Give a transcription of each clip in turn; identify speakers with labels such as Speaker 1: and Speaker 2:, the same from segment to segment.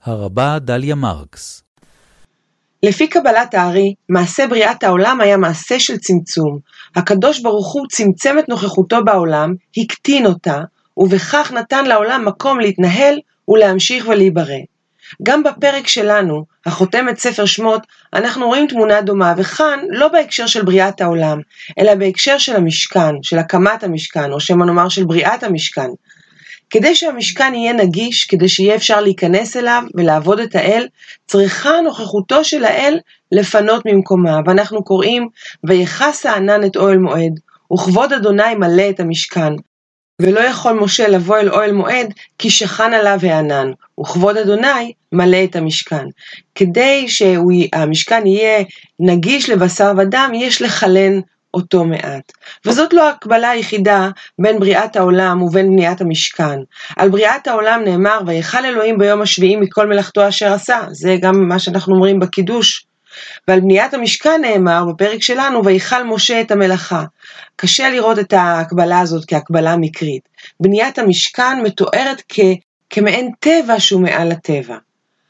Speaker 1: הרבה דליה מרקס.
Speaker 2: לפי קבלת הארי, מעשה בריאת העולם היה מעשה של צמצום. הקדוש ברוך הוא צמצם את נוכחותו בעולם, הקטין אותה, ובכך נתן לעולם מקום להתנהל ולהמשיך ולהיברא. גם בפרק שלנו, החותם את ספר שמות, אנחנו רואים תמונה דומה, וכאן לא בהקשר של בריאת העולם, אלא בהקשר של המשכן, של הקמת המשכן, או שמה נאמר של בריאת המשכן. כדי שהמשכן יהיה נגיש, כדי שיהיה אפשר להיכנס אליו ולעבוד את האל, צריכה נוכחותו של האל לפנות ממקומה. ואנחנו קוראים, ויחס הענן את אוהל מועד, וכבוד אדוני מלא את המשכן. ולא יכול משה לבוא אל אוהל מועד, כי שכן עליו הענן, וכבוד אדוני מלא את המשכן. כדי שהמשכן יהיה נגיש לבשר ודם, יש לחלן אותו מעט. וזאת לא הקבלה היחידה בין בריאת העולם ובין בניית המשכן. על בריאת העולם נאמר, ויחל אלוהים ביום השביעי מכל מלאכתו אשר עשה. זה גם מה שאנחנו אומרים בקידוש. ועל בניית המשכן נאמר בפרק שלנו, ויחל משה את המלאכה. קשה לראות את ההקבלה הזאת כהקבלה מקרית. בניית המשכן מתוארת כמעין טבע שהוא מעל הטבע.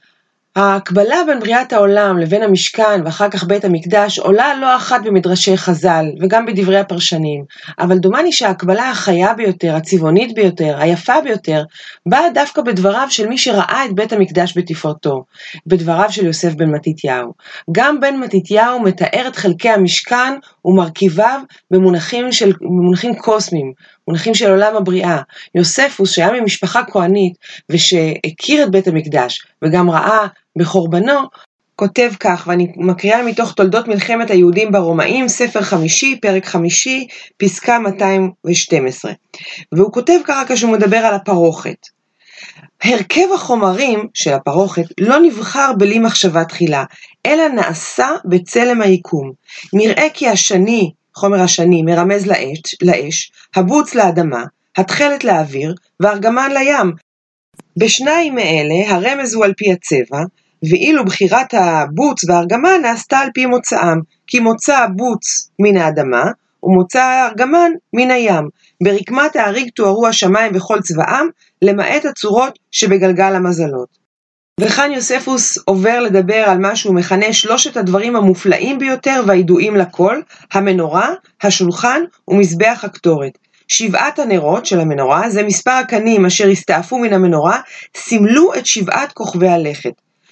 Speaker 2: ההקבלה בין בריאת העולם לבין המשכן ואחר כך בית המקדש עולה לא אחת במדרשי חז"ל וגם בדברי הפרשנים, אבל דומני שההקבלה החיה ביותר, הצבעונית ביותר, היפה ביותר, באה דווקא בדבריו של מי שראה את בית המקדש בתפארתו, בדבריו של יוסף בן מתתיהו. גם בן מתתיהו מתאר את חלקי המשכן ומרכיביו במונחים קוסמיים, מונחים של עולם הבריאה. יוספוס שהיה ממשפחה כהנית ושהכיר את בית המקדש וגם ראה בחורבנו, כותב כך, ואני מקריאה מתוך תולדות מלחמת היהודים ברומאים, ספר 5, פרק 5, פסקה 212. והוא כותב ככה כשהוא מדבר על הפרוכת. הרכב החומרים של הפרוכת לא נבחר בלי מחשבה תחילה, אלא נעשה בצלם היקום. נראה כי השני, חומר השני, מרמז לאש, הבוץ לאדמה, התכלת לאוויר, והארגמן לים. בשניים מאלה הרמז הוא על פי הצבע, ואילו בחירת הבוץ והארגמן נעשתה על פי מוצאם, כי מוצא הבוץ מן האדמה, ומוצא הארגמן מן הים. ברקמת האריג תוארו השמיים וכל צבאם, למעט הצורות שבגלגל המזלות. וכאן יוספוס עובר לדבר על מה שהוא מכנה שלושת הדברים המופלאים ביותר והידועים לכל, המנורה, השולחן ומזבח הקטורת. 7 הנרות של המנורה, זה מספר הקנים אשר הסתעפו מן המנורה, סימלו את 7 כוכבי הלכת.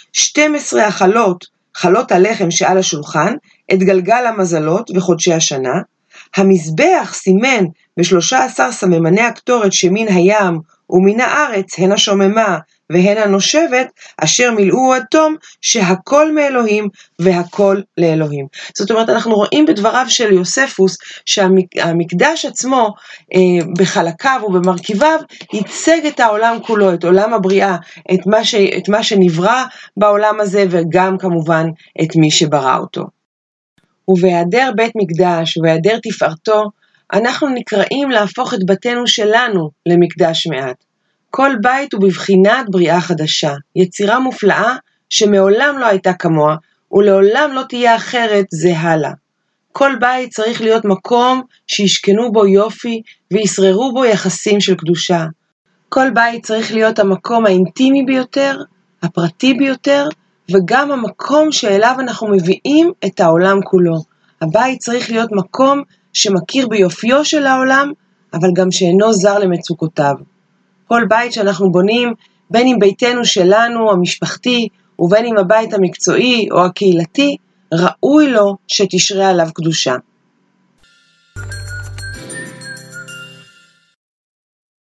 Speaker 2: 12 חלות הלחם שעל השולחן, את גלגל המזלות וחודשי השנה. המזבח סימן ב13 סממני הקטורת שמן הים ומן הארץ, הן השוממה והן הנושבת, אשר מילאו עד תום שהכל מאלוהים והכל לאלוהים. זאת אומרת, אנחנו רואים בדבריו של יוספוס שהמקדש עצמו בחלקיו ובמרכיביו ייצג את העולם כולו, את עולם הבריאה, את מה שנברא בעולם הזה וגם כמובן את מי שברא אותו. ובהיעדר בית מקדש ובהיעדר תפארתו, אנחנו נקראים להפוך את בתינו שלנו למקדש מעט. כל בית הוא בבחינת בריאה חדשה, יצירה מופלאה שמעולם לא הייתה כמוה, ולעולם לא תהיה אחרת זה הלאה. כל בית צריך להיות מקום שישכנו בו יופי וישררו בו יחסים של קדושה. כל בית צריך להיות המקום האינטימי ביותר, הפרטי ביותר, וגם המקום שאליו אנחנו מביאים את העולם כולו. הבית צריך להיות מקום שמכיר ביופיו של העולם, אבל גם שאינו זר למצוקותיו. כל בית שאנחנו בונים, בין אם ביתנו שלנו, המשפחתי, ובין אם הבית המקצועי או הקהילתי, ראוי לו שתשרה עליו קדושה.